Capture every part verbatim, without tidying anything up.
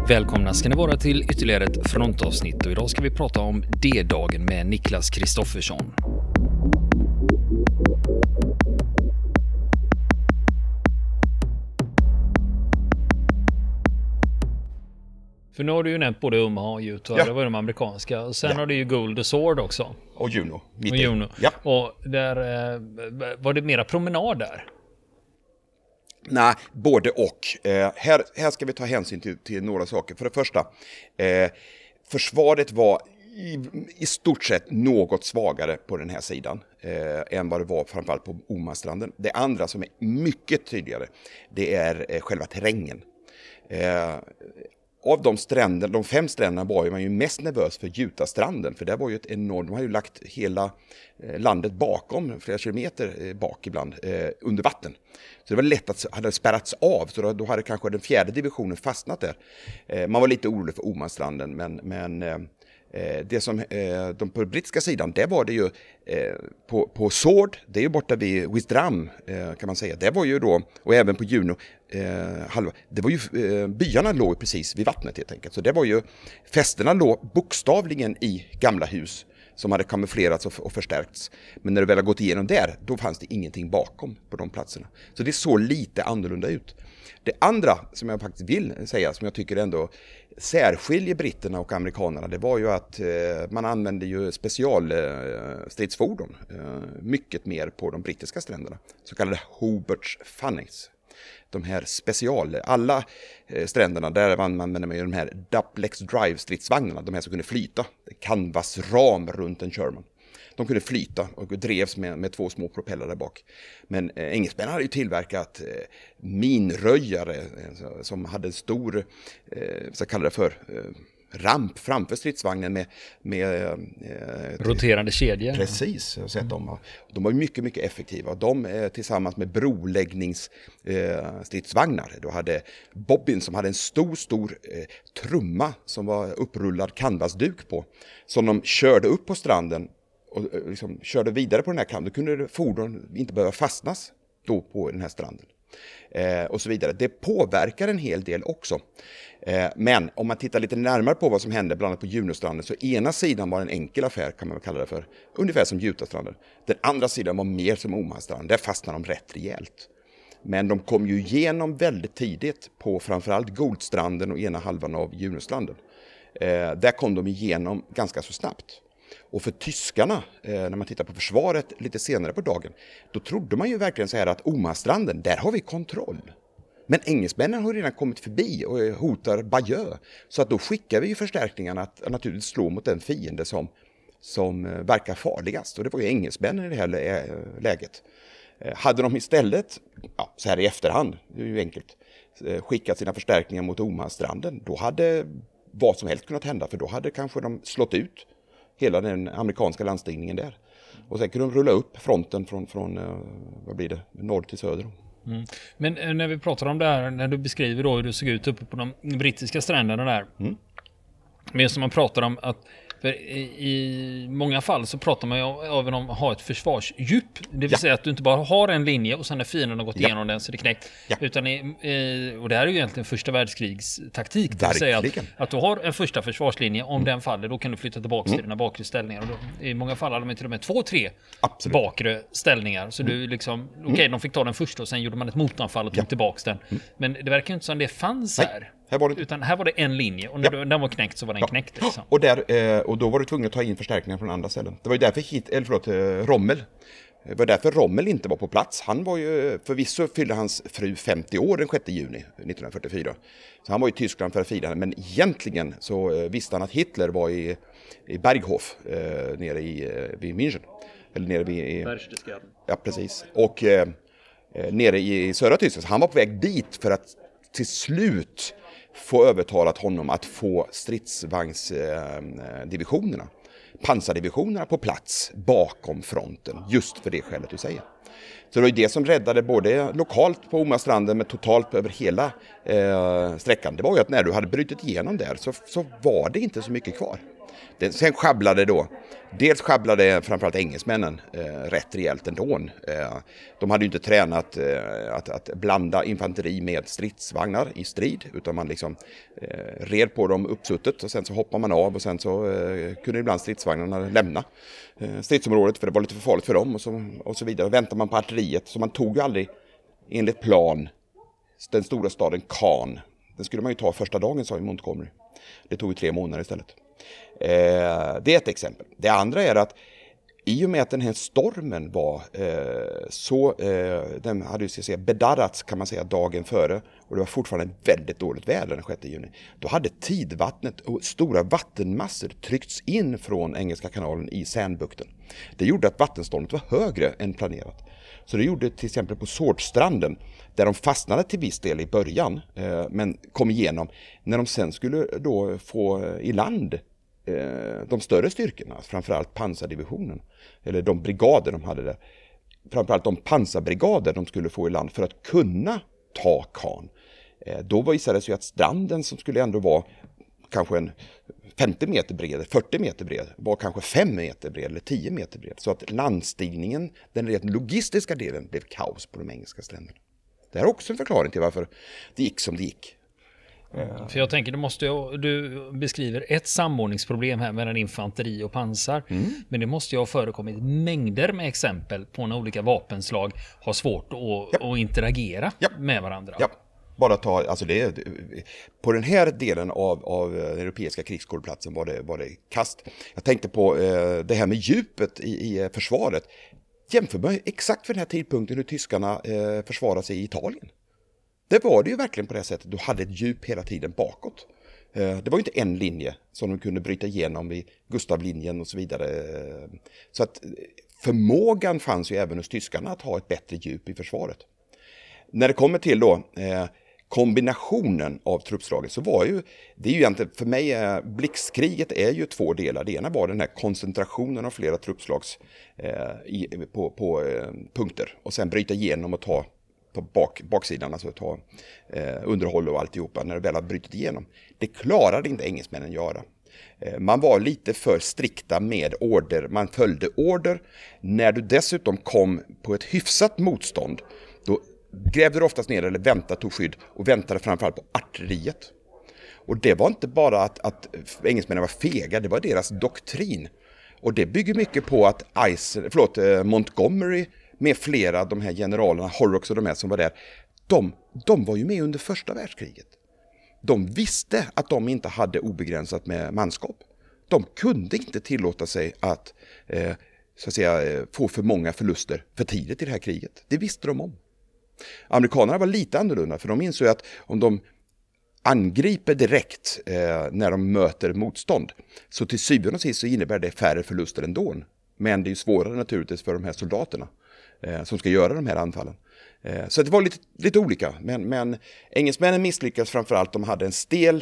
Välkomna ska ni vara till ytterligare ett frontavsnitt och idag ska vi prata om D-dagen med Niklas Kristoffersson. För nu har du ju nämnt både Omaha och Utah, ja. Det var de amerikanska. Och sen ja. har du ju Gold Sword också. Och Juno. Och Juno. Ja. Och där, var det mera promenad där? Nej, både och. Eh, här, här ska vi ta hänsyn till, till några saker. För det första, eh, försvaret var i, i stort sett något svagare på den här sidan eh, än vad det var framförallt på Omastranden. Det andra som är mycket tydligare, det är eh, själva terrängen. Eh, Av de stränder, de fem stränderna var man ju mest nervös för Utah-stranden. För det var ju ett enormt, de har ju lagt hela landet bakom, flera kilometer bak ibland, eh, under vatten. Så det var lätt att hade spärrats av, så då, då hade kanske den fjärde divisionen fastnat där. Eh, man var lite orolig för Omastranden, men, men eh, det som eh, de på brittiska sidan, det var det ju eh, på, på Sword, det är ju borta vid Wisdram eh, kan man säga. Det var ju då, och även på Juno, eh, halva, det var ju, eh, byarna låg precis vid vattnet helt enkelt. Så det var ju, fästerna låg bokstavligen i gamla hus som hade kamouflerats och, och förstärkts. Men när det väl har gått igenom där, då fanns det ingenting bakom på de platserna. Så det såg lite annorlunda ut. Det andra som jag faktiskt vill säga, som jag tycker ändå särskiljer britterna och amerikanerna, det var ju att eh, man använde ju specialstridsfordon eh, eh, mycket mer på de brittiska stränderna. Så kallade Hobarts Funnys. De här special, alla eh, stränderna där man använde med de här Duplex Drive-stridsvagnarna, de här som kunde flyta, canvasram runt en Sherman. De kunde flyta och drevs med, med två små propeller där bak. Men eh, engelsmännen hade ju tillverkat eh, minröjare eh, som hade en stor, eh, så kallar det för, eh, ramp framför stridsvagnen med... med eh, roterande kedjor. Precis, jag har sett dem. De var mycket, mycket effektiva. De eh, tillsammans med broläggningsstridsvagnar. Eh, Då hade Bobbin som hade en stor, stor eh, trumma som var upprullad canvasduk på. Som de körde upp på stranden och liksom körde vidare på den här kanten. Då kunde fordon inte behöva fastnas då på den här stranden. Eh, och så vidare. Det påverkar en hel del också. Eh, men om man tittar lite närmare på vad som hände bland annat på Junostranden, så ena sidan var en enkel affär, kan man kalla det för. Ungefär som Utah-stranden. Den andra sidan var mer som Omaha-stranden. Där fastnade de rätt rejält. Men de kom ju igenom väldigt tidigt på framförallt Goldstranden och ena halvan av Junostranden. Eh, där kom de igenom ganska så snabbt. Och för tyskarna, eh, när man tittar på försvaret lite senare på dagen, då trodde man ju verkligen så här att Omastranden, där har vi kontroll. Men engelsmännen har redan kommit förbi och hotar Bayeux. Så att då skickar vi ju förstärkningarna att naturligtvis slå mot den fiende som, som eh, verkar farligast. Och det var ju engelsmännen i det här lä- läget. Eh, hade de istället, ja, så här i efterhand, det är ju enkelt, eh, skickat sina förstärkningar mot Omastranden, då hade vad som helst kunnat hända. För då hade kanske de slått ut hela den amerikanska landstigningen där. Och sen kunde de rulla upp fronten från, från vad blir det, norr till söder. Mm. Men när vi pratar om det här, när du beskriver då hur det såg ut uppe på de brittiska stränderna där. Mm. Men som man pratar om att för i, i många fall så pratar man ju även om att ha ett försvarsdjup. Det vill ja. säga att du inte bara har en linje och sen när fienden har gått ja. igenom den så det knäckt. Ja. Utan i, i, och det här är ju egentligen första världskrigstaktik. Det vill säga att, att du har en första försvarslinje. Om mm. den faller då kan du flytta tillbaka mm. till dina bakre ställningar. Och då, i många fall hade de till och med två, tre Absolut. bakre ställningar. Så mm. du liksom, okej okay, de fick ta den första och sen gjorde man ett motanfall och tog ja. tillbaka den. Mm. Men det verkar inte som det fanns Nej. här. Här var det... Utan här var det en linje och när ja. den var knäckt så var den ja. knäckt. Liksom. Och, där, eh, och då var du tvungen att ta in förstärkningar från andra ställen. Det var ju därför hit, eller förlåt, eh, Rommel. Det var därför Rommel inte var på plats. Han var ju, förvisso fyllde hans fru femtio år den sjätte juni nittonhundrafyrtiofyra. Så han var i Tyskland för att fira. Men egentligen så eh, visste han att Hitler var i, i Berghof eh, nere i, eh, vid München. Eller nere vid... I, ja, precis. Och eh, nere i södra Tyskland. Så han var på väg dit för att till slut få övertalat honom att få stridsvagnsdivisionerna, pansardivisionerna på plats bakom fronten, just för det skälet du säger. Så det var ju det som räddade både lokalt på Omastranden men totalt över hela eh, sträckan. Det var ju att när du hade brutit igenom där så, så var det inte så mycket kvar. Det, sen sjabblade då, dels sjabblade framförallt engelsmännen eh, rätt rejält ändå. Eh, de hade ju inte tränat eh, att, att blanda infanteri med stridsvagnar i strid, utan man liksom eh, red på dem uppsuttet och sen så hoppar man av och sen så eh, kunde ibland stridsvagnarna lämna eh, stridsområdet för det var lite för farligt för dem och så, och så vidare. Och väntar man på artilleriet, så man tog ju aldrig enligt plan den stora staden Caen. Den skulle man ju ta första dagen, sa i Montgomery. Det tog ju tre månader istället. Eh, det är ett exempel. Det andra är att i och med att den här stormen var eh, så, eh, den hade ju ska säga, bedarrats kan man säga dagen före och det var fortfarande väldigt dåligt väder den sjätte juni. Då hade tidvattnet och stora vattenmassor tryckts in från Engelska kanalen i Sandbukten. Det gjorde att vattenståndet var högre än planerat. Så det gjorde till exempel på Swordstranden, där de fastnade till viss del i början, eh, men kom igenom. När de sen skulle då få i land eh, de större styrkorna, framförallt pansardivisionen, eller de brigader de hade där, framförallt de pansarbrigader de skulle få i land för att kunna ta Caen. Eh, då visade det sig att stranden som skulle ändå vara kanske en femtio meter bred, fyrtio meter bred, var kanske fem meter bred eller tio meter bred. Så att landstigningen, den rent logistiska delen, blev kaos på de engelska stränderna. Det är också en förklaring till varför det gick som det gick. Mm. För jag tänker, du, måste ju, du beskriver ett samordningsproblem här mellan infanteri och pansar. Mm. Men det måste ju ha förekommit mängder med exempel på när olika vapenslag har svårt att, ja. att interagera ja. med varandra. Ja. Bara ta, alltså det, på den här delen av, av den europeiska krigsskådeplatsen var det, var det kast. Jag tänkte på eh, det här med djupet i, i försvaret. Jämför med exakt för den här tidpunkten hur tyskarna eh, försvarade sig i Italien. Det var det ju verkligen på det sättet. Du hade ett djup hela tiden bakåt. Eh, det var ju inte en linje som de kunde bryta igenom i Gustavlinjen och så vidare. Så att förmågan fanns ju även hos tyskarna att ha ett bättre djup i försvaret. När det kommer till då eh, kombinationen av truppslaget så var ju, det är ju egentligen för mig, eh, blixtkriget är ju två delar. Det ena var den här koncentrationen av flera truppslags eh, i, på, på eh, punkter och sen bryta igenom och ta på bak, baksidan, alltså ta eh, underhåll och alltihopa när det väl har brutit igenom. Det klarade inte engelsmännen göra. Eh, man var lite för strikta med order, man följde order. När du dessutom kom på ett hyfsat motstånd, då grävde du oftast ner eller väntade, tog skydd och väntade framförallt på artilleriet. Och det var inte bara att, att engelsmännen var fega, det var deras doktrin. Och det bygger mycket på att Ice, förlåt, Montgomery med flera av de här generalerna, Horrocks och de här som var där, de, de var ju med under första världskriget. De visste att de inte hade obegränsat med manskap. De kunde inte tillåta sig att, eh, så att säga, få för många förluster för tidigt i det här kriget. Det visste de om. Amerikanerna var lite annorlunda, för de insåg att om de angriper direkt eh, när de möter motstånd, så till syvende och sist så innebär det färre förluster ändå. Men det är ju svårare naturligtvis för de här soldaterna eh, som ska göra de här anfallen. Eh, så det var lite, lite olika, men, men engelsmännen misslyckades framförallt. De hade en stel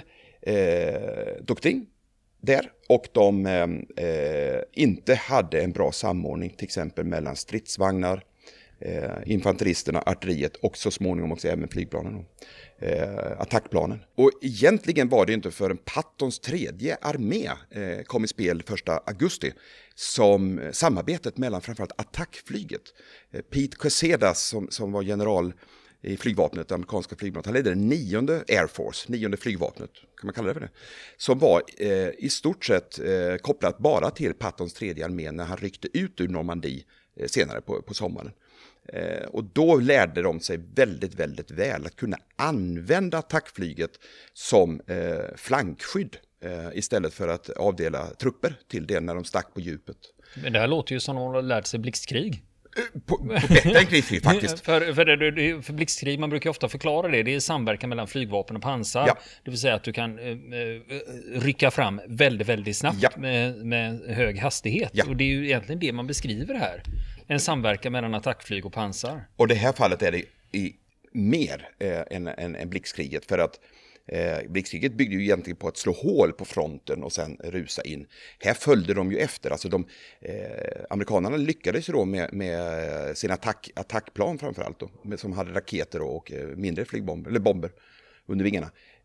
eh, doktrin där och de eh, inte hade en bra samordning till exempel mellan stridsvagnar, Eh, infanteristerna, artilleriet och så småningom också även flygplanen, eh, attackplanen. Och egentligen var det inte förrän Pattons tredje armé eh, kom i spel första augusti som samarbetet mellan framförallt attackflyget. Eh, Pete Quesedas som, som var general i flygvapnet, det amerikanska flygvapnet, han ledde den nionde Air Force, nionde flygvapnet, kan man kalla det för det, som var eh, i stort sett eh, kopplat bara till Pattons tredje armé när han ryckte ut ur Normandie eh, senare på, på sommaren. Eh, och då lärde de sig väldigt, väldigt väl att kunna använda attackflyget som eh, flankskydd eh, istället för att avdela trupper till det när de stack på djupet. Men det här låter ju som någon har lärt sig blixtkrig. På, på bättre än krigskrig faktiskt. för, för, det, för blixtkrig, man brukar ofta förklara det. Det är samverkan mellan flygvapen och pansar. Ja. Det vill säga att du kan eh, rycka fram väldigt, väldigt snabbt ja. med, med hög hastighet. Ja. Och det är ju egentligen det man beskriver här. En samverkan mellan attackflyg och pansar. Och det här fallet är det i mer eh, än, än, än blixtkriget. För att eh, blixtkriget byggde ju egentligen på att slå hål på fronten och sen rusa in. Här följde de ju efter. Alltså de, eh, amerikanerna lyckades ju då med, med sin attack, attackplan framförallt då, med, som hade raketer och, och mindre flygbomber, eller bomber under vingarna.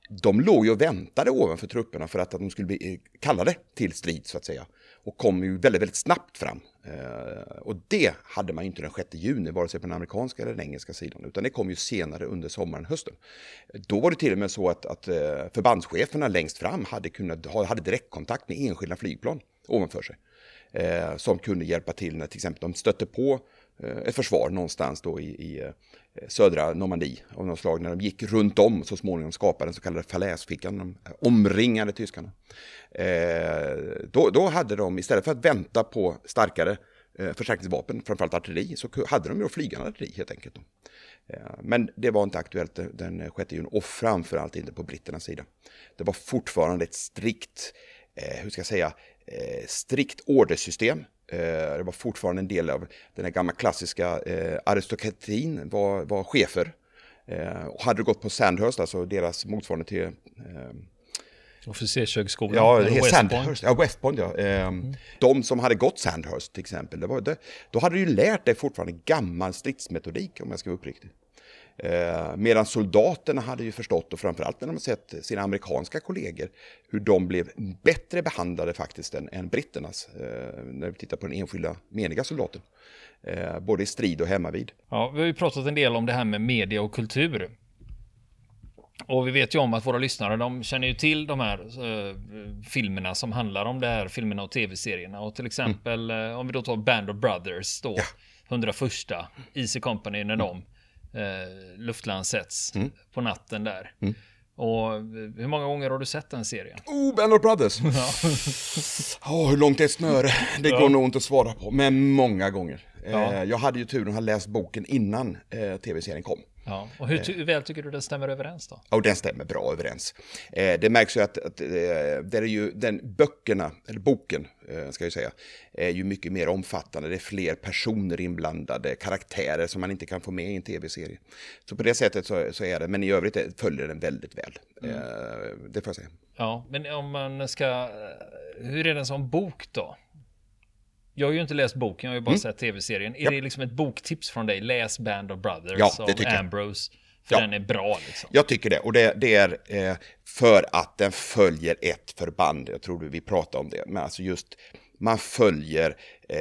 de låg ju och väntade ovanför trupperna för att, att de skulle bli kallade till strid så att säga. Och kom ju väldigt, väldigt snabbt fram. Eh, och det hade man ju inte den sjätte juni, vare sig på den amerikanska eller den engelska sidan. Utan det kom ju senare under sommaren, hösten. Då var det till och med så att, att förbandscheferna längst fram hade, kunnat, hade direktkontakt med enskilda flygplan ovanför sig. Eh, som kunde hjälpa till när till exempel de stötte på eh, ett försvar någonstans då i, i eh, södra Normandie av något slag, när de gick runt om och så småningom skapade den så kallade falaisfickan, de omringade tyskarna. Eh, då, då hade de, istället för att vänta på starkare eh, förstärkningsvapen, framförallt artilleri, så hade de ju flygande artilleri helt enkelt. Eh, men det var inte aktuellt den sjätte juni och framförallt inte på britternas sida. Det var fortfarande ett strikt, eh, hur ska jag säga, eh, strikt ordersystem. Det var fortfarande en del av den här gamla klassiska eh, aristokratin var, var chefer. Eh, och hade gått på Sandhurst, alltså deras motsvarande till... Eh, Officershögskolan. Ja, det är Sandhurst. Ja, West Point, ja. Eh, mm. De som hade gått Sandhurst till exempel, det var det, då hade du ju lärt dig fortfarande gammal stridsmetodik, om jag ska vara uppriktig. Eh, medan soldaterna hade ju förstått, och framförallt när de sett sina amerikanska kollegor, hur de blev bättre behandlade faktiskt än, än britternas, eh, när vi tittar på den enskilda meniga soldaten, eh, både i strid och hemmavid. Ja, vi har ju pratat en del om det här med media och kultur. Och vi vet ju om att våra lyssnare, de känner ju till de här eh, filmerna som handlar om det här, filmerna och tv-serierna. Och till exempel, mm. eh, om vi då tar Band of Brothers då, ja. hundraförsta Easy Company, när de Eh, luftlandsätts mm. på natten där. Mm. Och hur många gånger har du sett den serien? Oh, Band of Brothers! Ja. Oh, hur långt är ett snöre? Det går ja. nog inte att svara på, men många gånger. Ja. Eh, jag hade ju turen att ha läst boken innan eh, tv-serien kom. Ja. Och hur ty- väl tycker du den stämmer överens då? Ja, den stämmer bra överens. Eh, det märks ju att, att eh, det är ju den böckerna, eller boken eh, ska jag säga, är ju mycket mer omfattande. Det är fler personer inblandade, karaktärer som man inte kan få med i en tv-serie. Så på det sättet så, så är det, men i övrigt följer den väldigt väl. Mm. Eh, det får jag säga. Ja, men om man ska, hur är den som bok då? Jag har ju inte läst boken, jag har ju bara mm. sett tv-serien. Är ja. det liksom ett boktips från dig? Läs Band of Brothers ja, av Ambrose. För ja. den är bra liksom. Jag tycker det. Och det, det är eh, för att den följer ett förband. Jag tror vi pratade om det. Men alltså just, man följer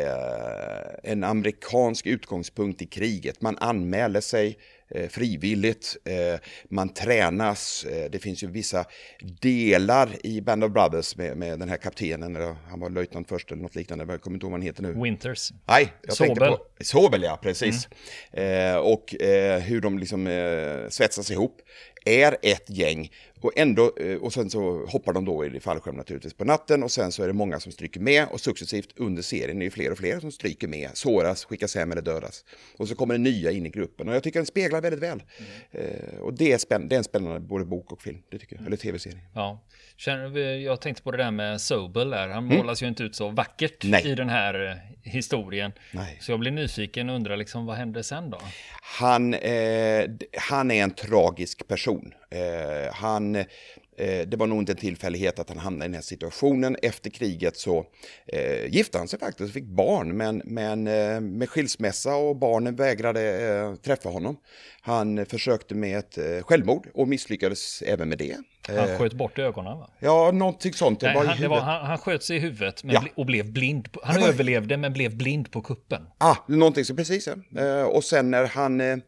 eh, en amerikansk utgångspunkt i kriget. Man anmäler sig eh, frivilligt. Eh, man tränas. Eh, det finns ju vissa delar i Band of Brothers med, med den här kaptenen. Eller, han var löjtnant först eller något liknande. Jag kommer inte ihåg vad han heter nu. Winters. Nej, jag Sobel. tänkte på Sobel, ja, precis. Mm. Eh, och eh, hur de liksom eh, svetsas ihop. Är ett gäng och ändå, och sen så hoppar de då i fallskärm naturligtvis på natten, och sen så är det många som stryker med, och successivt under serien är det fler och fler som stryker med, såras, skickas hem eller dödas, och så kommer det nya in i gruppen, och jag tycker den speglar väldigt väl. Mm. eh, och det är, spänn- det är en spännande både bok och film, det tycker jag, eller tv-serie. Ja, jag tänkte på det där med Sobel där, han mm. målas ju inte ut så vackert Nej. i den här historien. Nej. Så jag blir nyfiken och undrar liksom, vad hände sen då? Han, eh, han är en tragisk person. Eh, han, eh, det var nog inte en tillfällighet att han hamnade i den här situationen. Efter kriget så eh, gifte han sig faktiskt och fick barn, men, men eh, med skilsmässa, och barnen vägrade eh, träffa honom. Han försökte med ett eh, självmord och misslyckades även med det. Han sköt bort ögonen, va? Ja, någonting sånt. Nej, var han, det var, han, han sköt sig i huvudet men ja. ble, och blev blind. På, han var... överlevde men blev blind på kuppen. Ah, någonting så precis. Ja. Eh, och sen när han eh,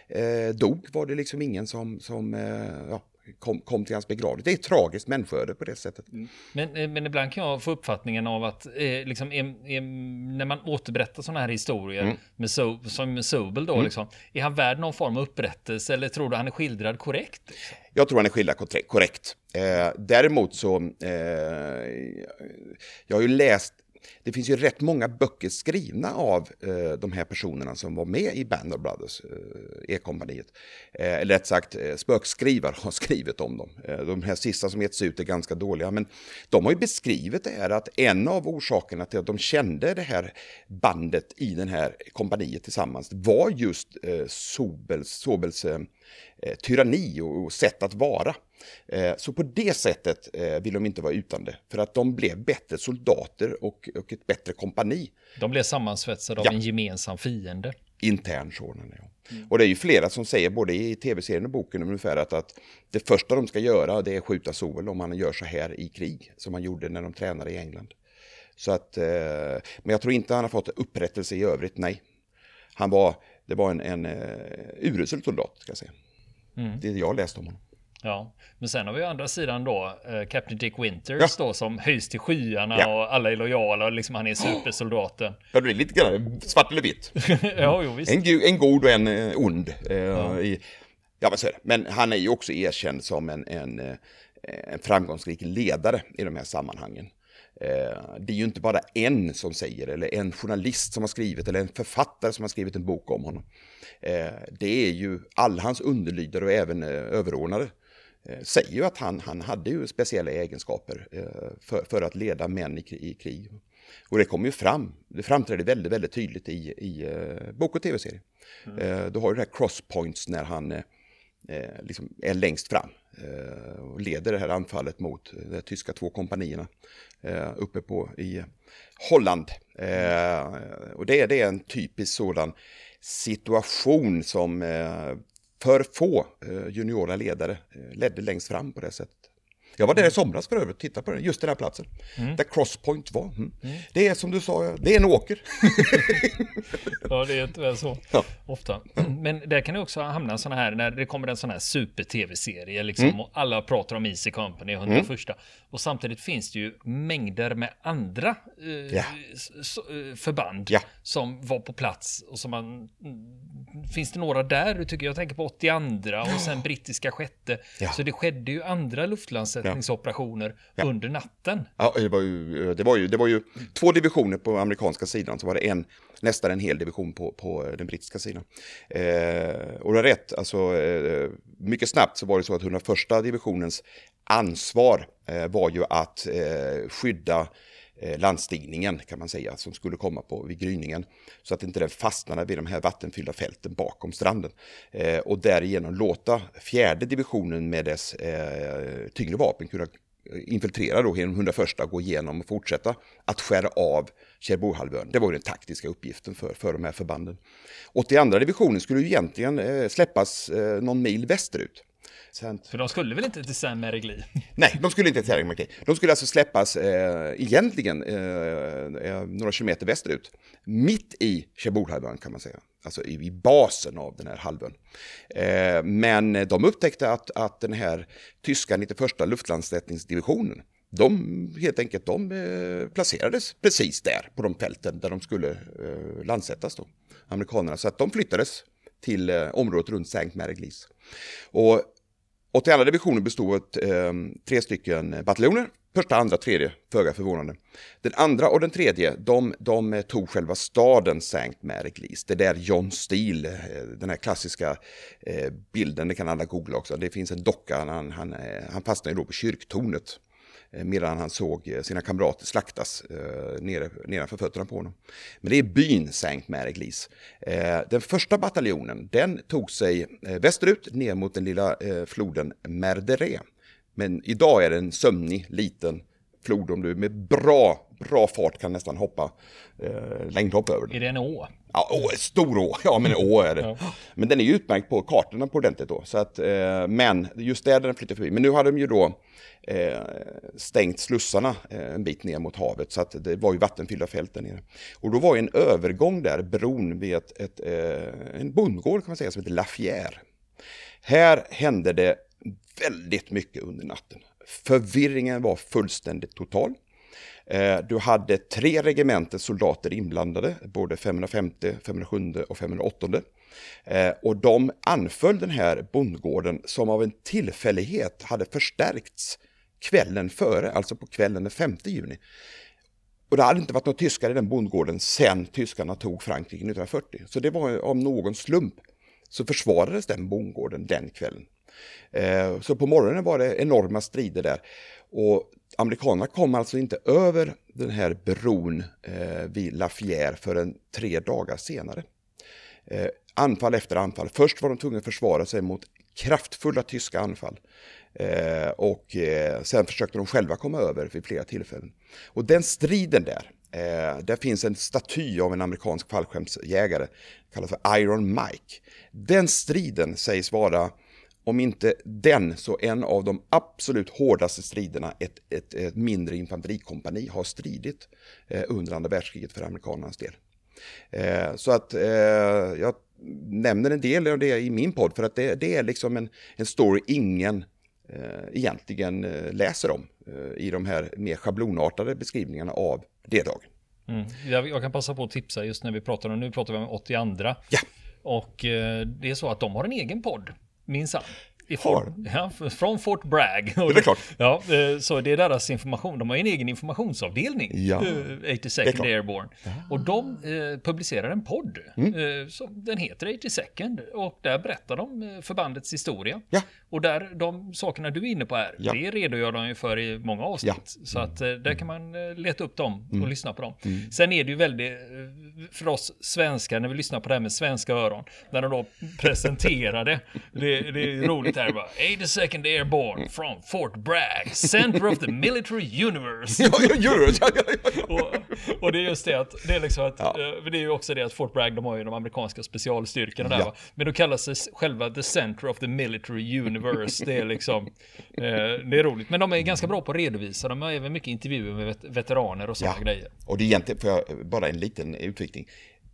dog var det liksom ingen som, som eh, ja, kom, kom till hans begravning. Det är ett tragiskt människoöde på det sättet. Mm. Men, men ibland kan jag få uppfattningen av att eh, liksom, är, är, när man återberättar sådana här historier mm. med so, som med Sobel då, mm. liksom, är han värd någon form av upprättelse, eller tror du han är skildrad korrekt? Liksom? Jag tror han är skildrad korrekt. Eh, däremot så, eh, jag har ju läst, det finns ju rätt många böcker skrivna av eh, de här personerna som var med i Band of Brothers, eh, E-kompaniet. Eh, eller rätt sagt, eh, spökskrivare har skrivit om dem. Eh, de här sista som getts ut är ganska dåliga, men de har ju beskrivit det här att en av orsakerna till att de kände det här bandet i den här kompaniet tillsammans var just eh, Sobels, Sobels eh, tyranni och, och sätt att vara. Så på det sättet vill de inte vara utan det. För att de blev bättre soldater och, och ett bättre kompani. De blev sammansvetsade av ja. en gemensam fiende. intern sådan, ja. Mm. Och det är ju flera som säger, både i tv-serien och boken ungefär, att, att det första de ska göra, det är skjuta Sowell om man gör så här i krig, som man gjorde när de tränade i England. Så att, eh, men jag tror inte han har fått upprättelse i övrigt, nej. Han var, det var en, en uh, urusel soldat, ska jag säga. Mm. Det jag läste om honom. Ja, men sen har vi å andra sidan då uh, Captain Dick Winters ja. då, som höjs till skyarna ja. och alla är lojala och liksom han är supersoldaten. Ja, det är lite grann svart eller vitt. Ja, jo, visst. En, en god och en uh, ond. Uh, ja. I, ja, men, så är det. Men han är ju också erkänd som en, en, uh, en framgångsrik ledare i de här sammanhangen. Det är ju inte bara en som säger, eller en journalist som har skrivit, eller en författare som har skrivit en bok om honom. Det är ju alla hans underlydare och även överordnade säger ju att han, han hade ju speciella egenskaper för, för att leda män i, i krig. Och det kommer ju fram, det framträder väldigt, väldigt tydligt i, i bok- och tv-serie. Mm. Du har ju det här crosspoints när han eh, liksom är längst fram eh, och leder det här anfallet mot de tyska två kompanierna eh, uppe på i Holland. Eh, och det, det är en typisk sådan situation som eh, för få eh, juniora ledare eh, ledde längst fram på det sättet. Jag var där i somras för övrigt och tittade på den, just den här platsen. Mm. Där Crosspoint var. Mm. Mm. Det är som du sa, det är en åker. Ja, det är inte väl så ja. ofta. Men där kan det också hamna såna här, när det kommer en sån här super-tv-serie liksom, mm. och alla pratar om Easy Company, hundra mm. första. Och samtidigt finns det ju mängder med andra eh, ja. förband ja. som var på plats. Och som man, finns det några där, du tycker jag tänker på åttioandra och sen brittiska sjätte. Ja. Så det skedde ju andra luftlandsättningsoperationer ja. Ja. under natten. Ja, det var ju, det var ju, det var ju två divisioner på amerikanska sidan, så var det en nästan en hel division på, på den brittiska sidan. Eh, och det är rätt, alltså eh, mycket snabbt så var det så att hundraförsta divisionens ansvar eh, var ju att eh, skydda eh, landstigningen, kan man säga, som skulle komma på vid gryningen, så att inte den fastnade vid de här vattenfyllda fälten bakom stranden. Eh, och därigenom låta fjärde divisionen med dess eh, tyngre vapen kunna infiltrera då genom hundraförsta, gå igenom och fortsätta att skära av Cherbourghalvön. Det var ju den taktiska uppgiften för, för de här förbanden. åttioandra divisionen skulle ju egentligen eh, släppas eh, någon mil västerut. Sen... För de skulle väl inte till Saint-Merigli? Nej, de skulle inte till Saint-Merigli. De skulle alltså släppas eh, egentligen eh, några kilometer västerut. Mitt i Cherbourghalvön, kan man säga. Alltså i, i basen av den här halvön. Eh, men de upptäckte att, att den här tyska nittioförsta luftlandsättningsdivisionen, de helt enkelt de eh, placerades precis där på de fälten där de skulle eh, landsättas då, amerikanerna. Så att de flyttades till eh, området runt Saint-Meriglis. Och åttioandra divisionen bestod av eh, tre stycken bataljoner. Första, andra, tredje, föga förvånande. Den andra och den tredje, de, de tog själva staden Saint-Meriglis. Det där John Steele, den här klassiska eh, bilden, det kan alla googla också. Det finns en docka, han, han, han fastnade ju då på kyrktornet. Medan han såg sina kamrater slaktas eh, nere, nedanför fötterna på honom. Men det är byn Saint-Meriglis. Eh, den första bataljonen, den tog sig eh, västerut ner mot den lilla eh, floden Merdere. Men idag är det en sömnig, liten flod om du med bra, bra fart kan nästan hoppa eh, längdhopp över den. Är det en å? Ja, å, en stor å. Ja, men en å är det. Ja. Men den är ju utmärkt på kartorna på ordentligt då. Så att, eh, men just där den flyttar förbi. Men nu hade de ju då eh, stängt slussarna eh, en bit ner mot havet. Så att det var ju vattenfyllda fält där nere. Och då var ju en övergång där, bron vid ett, ett, eh, en bondgård kan man säga, som heter Lafayette. Här hände det väldigt mycket under natten. Förvirringen var fullständigt total. Du hade tre regementer soldater inblandade, både femhundrafemtio, femhundrasju och femhundraåtta. Och de anföll den här bondgården som av en tillfällighet hade förstärkts kvällen före, alltså på kvällen den femte juni. Och det hade inte varit några tyskar i den bondgården sedan tyskarna tog Frankrike nittonhundrafyrtio. Så det var av någon slump så försvarades den bondgården den kvällen. Så på morgonen var det enorma strider där. Och amerikanerna kom alltså inte över den här bron eh, vid Lafayette förrän tre dagar senare. Eh, anfall efter anfall. Först var de tvungna att försvara sig mot kraftfulla tyska anfall. Eh, och eh, sen försökte de själva komma över vid flera tillfällen. Och den striden där Eh, där finns en staty av en amerikansk fallskärmsjägare, kallas för Iron Mike. Den striden sägs vara, om inte den, så en av de absolut hårdaste striderna ett, ett, ett mindre infanterikompani har stridit eh, under andra världskriget för amerikanernas del. Eh, så att eh, jag nämner en del av det i min podd, för att det, det är liksom en, en story ingen eh, egentligen eh, läser om eh, i de här mer schablonartade beskrivningarna av D-dagen. Mm. Jag, jag kan passa på att tipsa just när vi pratar om, nu pratar vi om åttiotvå. Ja. Och eh, det är så att de har en egen podd, minsann. I Har. Fort, ja, från Fort Bragg. Det är väl klart. Ja, eh, så det är deras information. De har en egen informationsavdelning. Ja. Eh, åttiosekond Airborne. Och de eh, publicerar en podd. Mm. Eh, som, den heter åttiosekond. Och där berättar de eh, förbandets historia. Ja. Och där de sakerna du är inne på här, Ja. det redogör de ju för i många avsnitt. Ja. Så att eh, där kan man eh, leta upp dem och Mm. lyssna på dem. Mm. Sen är det ju väldigt, eh, för oss svenskar, när vi lyssnar på det här med svenska öron, när de då presenterar det, det, det är roligt här bara, åttiosekond Airborne from Fort Bragg, center of the military universe. Ja, ja, ja, ja, ja, ja. och, och det är just det att, det är liksom att, Ja. eh, det är ju också det att Fort Bragg, de har ju de amerikanska specialstyrkorna där, Ja. va? Men då kallas det själva the center of the military universe. Det är liksom, eh, det är roligt. Men de är ganska bra på att redovisa, de har även mycket intervjuer med vet- veteraner och sådana Ja. grejer. Och det är egentligen, för jag, bara en liten utvikning.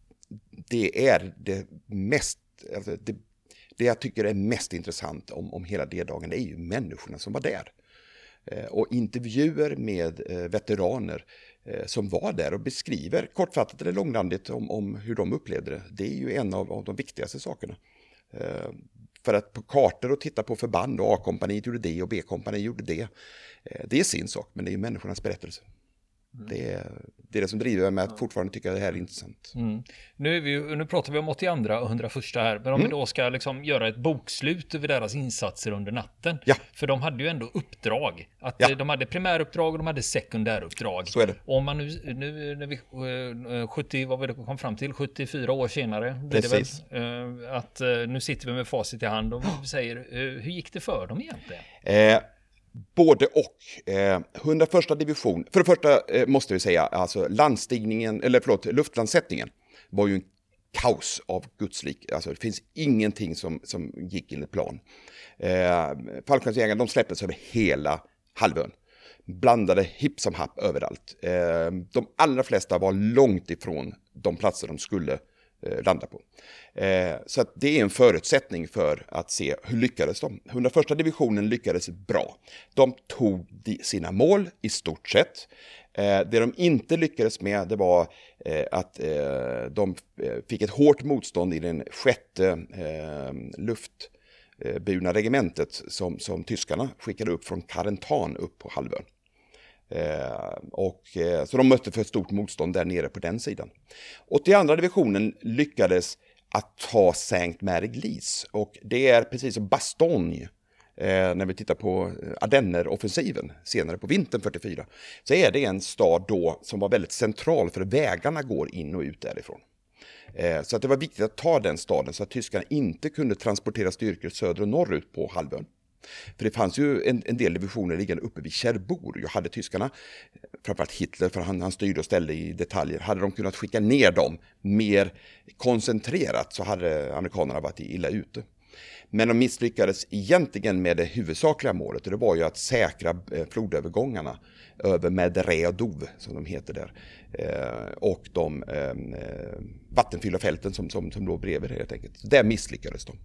Det är det mest, alltså det, det jag tycker är mest intressant om, om hela D-dagen, det är ju människorna som var där. Eh, och intervjuer med eh, veteraner eh, som var där och beskriver kortfattat eller långrandigt om, om hur de upplevde det. Det är ju en av, av de viktigaste sakerna. Eh, för att på kartor och titta på förband, och A-kompaniet gjorde det och B-kompaniet gjorde det. Eh, det är sin sak, men det är ju människornas berättelse. Mm. Det, är, det är det som driver mig att fortfarande tycka att det här är intressant. Mm. Nu, är vi, nu pratar vi om åttiotvå och hundraförsta här, men om Mm. vi då ska liksom göra ett bokslut över deras insatser under natten. Ja. För de hade ju ändå uppdrag. Att Ja. eh, de hade primäruppdrag och de hade sekundäruppdrag. Så är det. Och om man nu, nu när vi eh, sjuttio, vad var det kom fram till, sjuttiofyra år senare, blir det Precis. väl, eh, att eh, nu sitter vi med facit i hand och vi säger, eh, hur gick det för dem egentligen? Eh, både och. Eh, hundraförsta division, för det första eh, måste vi säga, alltså landstigningen, eller förlåt, luftlandsättningen var ju en kaos av gudslik. Alltså det finns ingenting som, som gick enligt plan. Eh, Fallskärmsjägarna, de släpptes över hela halvön. Blandade hipp som happ överallt. Eh, de allra flesta var långt ifrån de platser de skulle eh, landa på. Eh, så att det är en förutsättning för att se hur lyckades de. hundraförsta divisionen lyckades bra. De tog de, sina mål i stort sett. Eh, det de inte lyckades med, det var eh, att eh, de fick ett hårt motstånd i den sjätte eh, luftburna regementet som, som tyskarna skickade upp från Carentan upp på halvön. Eh, och, eh, så de mötte för ett stort motstånd där nere på den sidan. åttioandra divisionen lyckades att ta Saint Mary-Glise, och det är precis som Bastogne. Eh, när vi tittar på Ardenner-offensiven senare på vintern fyrtiofyra, så är det en stad då som var väldigt central, för vägarna går in och ut därifrån. Eh, så att det var viktigt att ta den staden så att tyskarna inte kunde transportera styrkor söder och norrut på halvön. För det fanns ju en, en del divisioner liggande uppe vid Cherbourg. Jag hade tyskarna, framförallt Hitler, för han, han styrde och ställde i detaljer, hade de kunnat skicka ner dem mer koncentrerat, så hade amerikanerna varit illa ute. Men de misslyckades egentligen med det huvudsakliga målet, och det var ju att säkra flodövergångarna över Medre och Dove, som de heter där, eh, och de eh, vattenfyllda fälten som, som, som låg bredvid helt enkelt. Så där misslyckades de.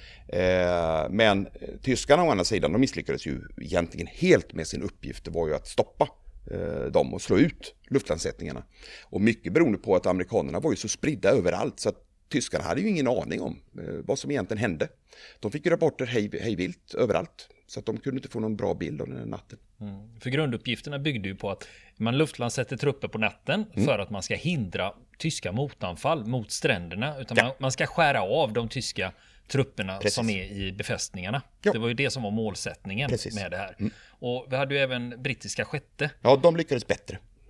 Eh, men tyskarna å andra sidan, de misslyckades ju egentligen helt med sin uppgift. Det var ju att stoppa eh, dem och slå ut luftlandsättningarna. Och mycket beroende på att amerikanerna var ju så spridda överallt, så att tyskarna hade ju ingen aning om eh, vad som egentligen hände. De fick ju rapporter hej, hejvilt överallt, så att de kunde inte få någon bra bild av den här natten. Mm. För grunduppgifterna byggde ju på att man luftlandsätter trupper på natten mm. för att man ska hindra tyska motanfall mot stränderna, utan ja. man, man ska skära av de tyska trupperna Precis. som är i befästningarna. Ja. Det var ju det som var målsättningen Precis. med det här. Mm. Och vi hade ju även brittiska sjätte. Ja, de lyckades bättre.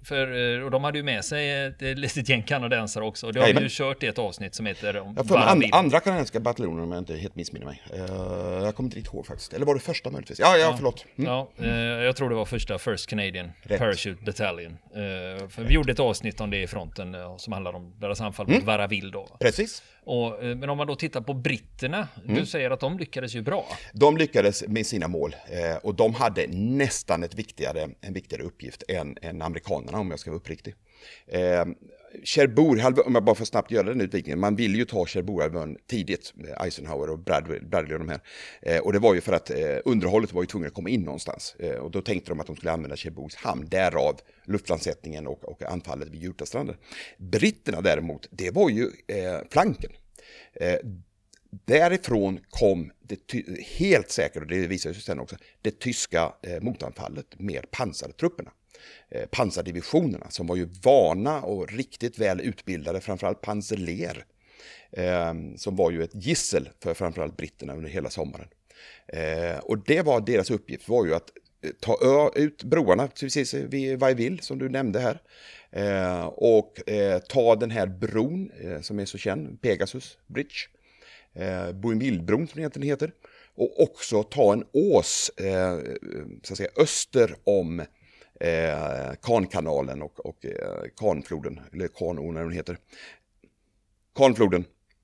för, och de hade ju med sig ett litet gäng kanadensare också. Och det har vi ju kört i ett avsnitt som heter om jag för and, andra kanadensiska bataljoner om jag inte helt missminner mig. Uh, jag kommer inte riktigt ihåg faktiskt. Eller var det första möjligtvis? Ja, ja, ja. förlåt. Mm. Ja, uh, jag tror det var första First Canadian Rätt. Parachute Battalion. Uh, för vi gjorde ett avsnitt om det i fronten uh, som handlar om deras anfall mot mm. Varaville då. Precis. Och, uh, men om man då tittar på britterna, mm. du säger att de lyckades ju bra. De lyckades med sina mål uh, och de hade nästan ett viktigare, en viktigare uppgift än, än amerikanerna om jag ska vara uppriktig. Eh, Cherbourg, om jag bara får snabbt göra den utvikningen, man vill ju ta Cherbourg tidigt, Eisenhower och Bradley, Bradley och de här. Eh, och det var ju för att eh, underhållet var ju tvungen att komma in någonstans. Eh, och då tänkte de att de skulle använda Cherbourgs hamn, därav luftlandsättningen och, och anfallet vid Jutastranden. Britterna däremot, det var ju eh, flanken. Eh, Därifrån kom det ty- helt säkert, och det visar sig sen också, det tyska eh, motanfallet med pansartrupperna. Eh, pansardivisionerna som var ju vana och riktigt väl utbildade, framförallt Panzerlehr, eh, som var ju ett gissel för framförallt britterna under hela sommaren. Eh, och det var deras uppgift, var ju att eh, ta ö- ut broarna precis vid Vaiville som du nämnde här. Eh, och eh, ta den här bron eh, som är så känd, Pegasus Bridge. Eh, Bougainvillebron som det egentligen heter, och också ta en ås eh, så att säga, öster om eh, Kankanalen och, och eh, Kanfloden, eller Kanån när den heter, Kanfloden,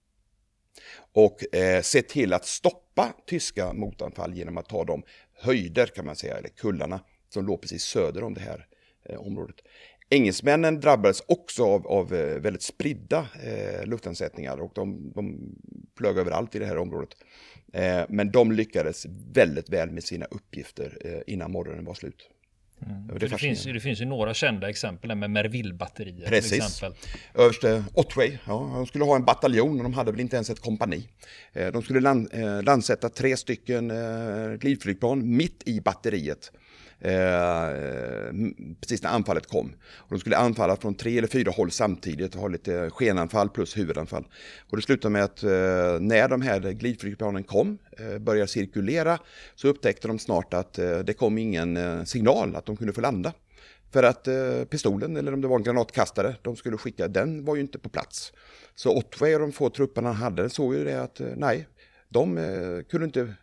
och eh, se till att stoppa tyska motanfall genom att ta de höjder kan man säga, eller kullarna som låg precis söder om det här eh, området. Engelsmännen drabbades också av, av väldigt spridda eh, luftlandsättningar och de, de flög överallt i det här området. Eh, men de lyckades väldigt väl med sina uppgifter eh, innan morgonen var slut. Mm. Det, det, finns, det finns ju några kända exempel med Merville-batterier. Precis. Till exempel. Överste Otway, ja, de skulle ha en bataljon och de hade väl inte ens ett kompani. Eh, de skulle land, eh, landsätta tre stycken eh, glidflygplan mitt i batteriet. Eh, precis när anfallet kom. Och de skulle anfalla från tre eller fyra håll samtidigt och ha lite skenanfall plus huvudanfall. Och det slutade med att eh, när de här glidflygplanen kom, eh, började cirkulera, så upptäckte de snart att eh, det kom ingen eh, signal att de kunde få landa. För att eh, pistolen, eller om det var en granatkastare de skulle skicka, den var ju inte på plats. Så Otway och de få trupperna hade såg ju det att eh, nej, de eh, kunde inte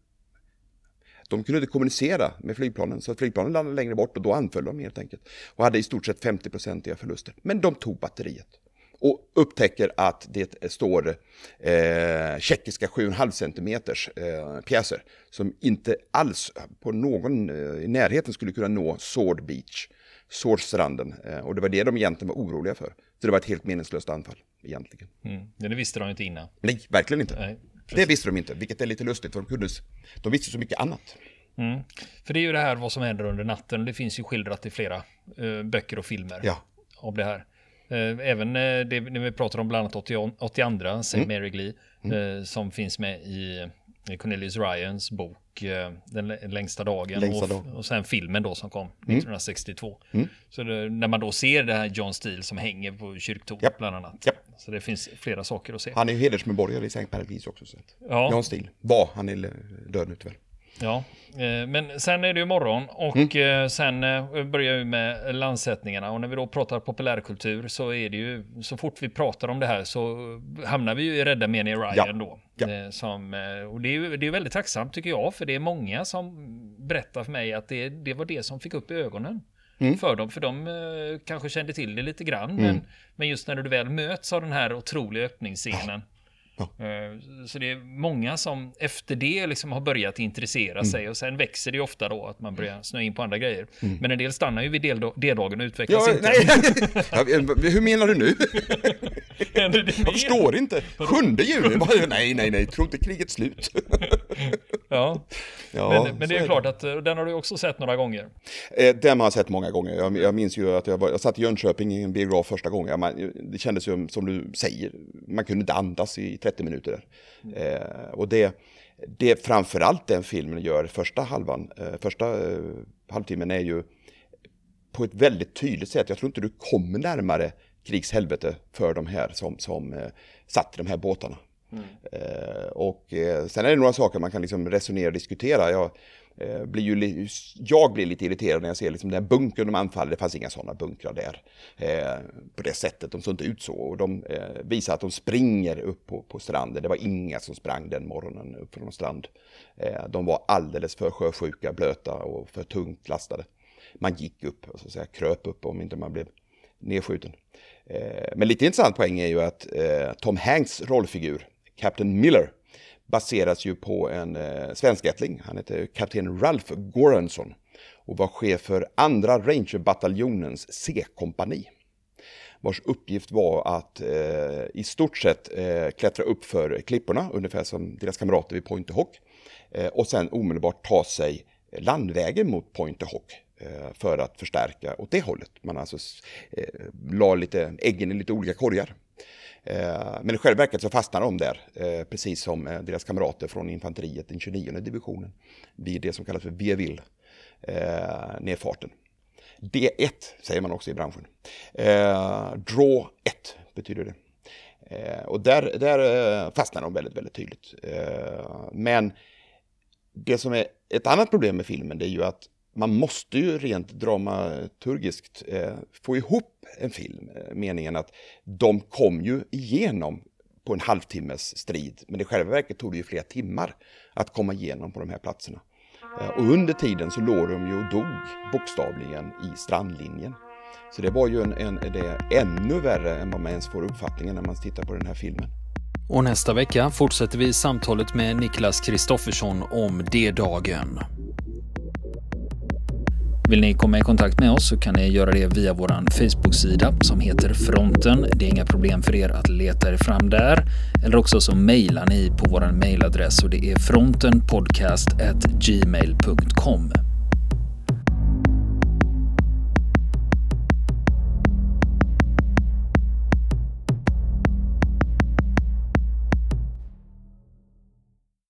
De kunde inte kommunicera med flygplanen, så flygplanen landade längre bort och då anföll de helt enkelt. Och hade i stort sett femtio procent förluster. Men de tog batteriet och upptäcker att det står eh, tjeckiska sju komma fem centimeters eh, pjäser som inte alls på någon eh, i närheten skulle kunna nå Sword Beach, Swordstranden. Eh, och det var det de egentligen var oroliga för. Så det var ett helt meningslöst anfall egentligen. Mm. Det visste de inte innan. Nej, verkligen inte. Nej. Precis. Det visste de inte, vilket är lite lustigt för de, kunde, de visste så mycket annat. Mm. För det är ju det här vad som händer under natten. Det finns ju skildrat i flera uh, böcker och filmer ja. om det här. Uh, även uh, det, när vi pratar om bland annat åttiotvå, Saint mm. Mary Glee, mm. uh, som finns med i, i Cornelius Ryans bok uh, Den längsta dagen. Längsta och, dag. och sen filmen då som kom mm. nittonhundrasextiotvå. Mm. Så det, när man då ser det här John Steele som hänger på kyrktornet yep. bland annat. Yep. Så det finns flera saker att se. Han är ju hedersmedborgare i Saint Paris också. Så. Ja. John Steele var, han är död nu tyvärr. Ja, men sen är det ju morgon och mm. sen börjar vi med landsättningarna, och när vi då pratar populärkultur så är det ju, så fort vi pratar om det här så hamnar vi ju i Rädda Meni Ryan ja. då. Ja. Som, och det är ju det är väldigt tacksamt tycker jag, för det är många som berättar för mig att det, det var det som fick upp ögonen. Mm. För dem, för de eh, kanske kände till det lite grann, mm. men, men just när du väl möts av den här otroliga öppningsscenen. Ja. Eh, så det är många som efter det liksom har börjat intressera mm. sig, och sen växer det ju ofta då att man börjar snöa in på andra grejer. Mm. Men en del stannar ju vid D-dagen och utvecklas ja, inte. Nej. Hur menar du nu? Jag förstår inte. sjunde juni? Nej, nej, nej. Tror inte kriget slut. Ja, ja men, men det är, är klart att den har du också sett några gånger. Eh, den har jag sett många gånger. Jag, jag minns ju att jag, var, jag satt i Jönköping i en biograf första gången. Man, det kändes ju som du säger, man kunde inte andas i trettio minuter där. Mm. Eh, och det, det framförallt den filmen gör första halvan, eh, första eh, halvtimmen är ju på ett väldigt tydligt sätt. Jag tror inte du kommer närmare krigshelvete för de här som, som eh, satt i de här båtarna. Mm. Eh, och eh, sen är det några saker man kan liksom resonera och diskutera. Jag, Eh, blir ju li- jag blir lite irriterad när jag ser liksom den bunkern de anfaller. Det fanns inga sådana bunkrar där eh, på det sättet. De såg inte ut så. Och de eh, visar att de springer upp på, på stranden. Det var inga som sprang den morgonen upp från strand. Eh, de var alldeles för sjösjuka, blöta och för tungt lastade. Man gick upp, och så att säga, kröp upp om inte man blev nedskjuten. Eh, men lite intressant poäng är ju att eh, Tom Hanks rollfigur, Captain Miller, baseras ju på en eh, svenskättling. Han heter kapten Ralph Goranson och var chef för andra Ranger-bataljonens C-kompani. Vars uppgift var att eh, i stort sett eh, klättra upp för klipporna, ungefär som deras kamrater vid Pointe-Hoc. Eh, och sen omedelbart ta sig landvägen mot Pointe-Hoc eh, för att förstärka åt det hållet. Man alltså eh, la lite äggen i lite olika korgar. Men i själva verket så fastnar de där, precis som deras kamrater från infanteriet, den tjugonionde divisionen, vid det som kallas för Vieville, nedfarten. D ett säger man också i branschen. Draw ett betyder det. Och där, där fastnar de väldigt, väldigt tydligt. Men det som är ett annat problem med filmen, det är ju att man måste ju rent dramaturgiskt eh, få ihop en film. Meningen att de kom ju igenom på en halvtimmes strid. Men i själva verket tog det ju flera timmar att komma igenom på de här platserna. Eh, och under tiden så låg de ju och dog bokstavligen i strandlinjen. Så det var ju en, en, det är ännu värre än vad man ens får uppfattningen när man tittar på den här filmen. Och nästa vecka fortsätter vi samtalet med Niklas Kristoffersson om D-dagen. Vill ni komma i kontakt med oss så kan ni göra det via vår Facebook-sida som heter Fronten. Det är inga problem för er att leta er fram där. Eller också så mejlar ni på vår mejladress och det är frontenpodcast at gmail punkt com.